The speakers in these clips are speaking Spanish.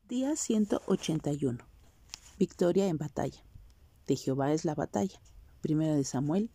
Día 181. Victoria en batalla. De Jehová es la batalla. 1 Samuel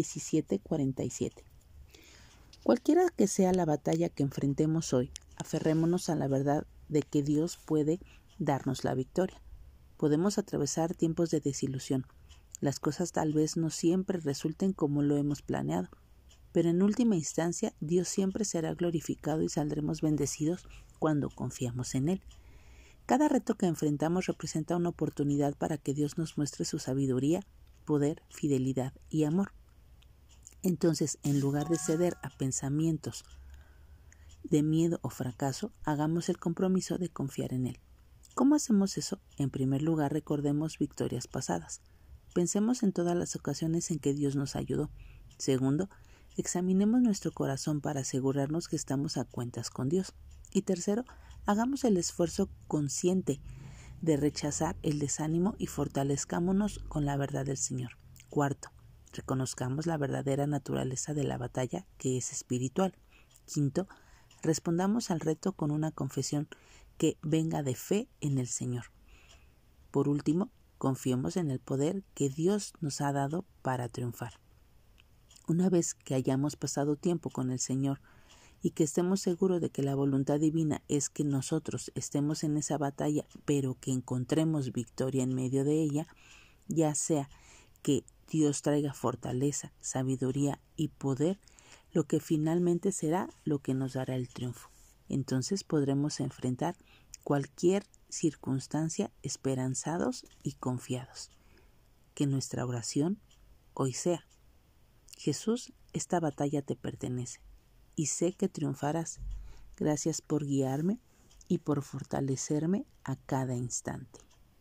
17:47. Cualquiera que sea la batalla que enfrentemos hoy, aferrémonos a la verdad de que Dios puede darnos la victoria. Podemos atravesar tiempos de desilusión. Las cosas tal vez no siempre resulten como lo hemos planeado, pero en última instancia Dios siempre será glorificado y saldremos bendecidos cuando confiamos en Él. Cada reto que enfrentamos representa una oportunidad para que Dios nos muestre su sabiduría, poder, fidelidad y amor. Entonces, en lugar de ceder a pensamientos de miedo o fracaso, hagamos el compromiso de confiar en Él. ¿Cómo hacemos eso? En primer lugar, recordemos victorias pasadas. Pensemos en todas las ocasiones en que Dios nos ayudó. Segundo, examinemos nuestro corazón para asegurarnos que estamos a cuentas con Dios. Y tercero, hagamos el esfuerzo consciente de rechazar el desánimo y fortalezcámonos con la verdad del Señor. Cuarto, reconozcamos la verdadera naturaleza de la batalla, que es espiritual. Quinto, respondamos al reto con una confesión que venga de fe en el Señor. Por último, confiemos en el poder que Dios nos ha dado para triunfar. Una vez que hayamos pasado tiempo con el Señor y que estemos seguros de que la voluntad divina es que nosotros estemos en esa batalla, pero que encontremos victoria en medio de ella, ya sea que Dios traiga fortaleza, sabiduría y poder, lo que finalmente será lo que nos dará el triunfo. Entonces podremos enfrentar cualquier circunstancia esperanzados y confiados. Que nuestra oración hoy sea: Jesús, esta batalla te pertenece y sé que triunfarás. Gracias por guiarme y por fortalecerme a cada instante.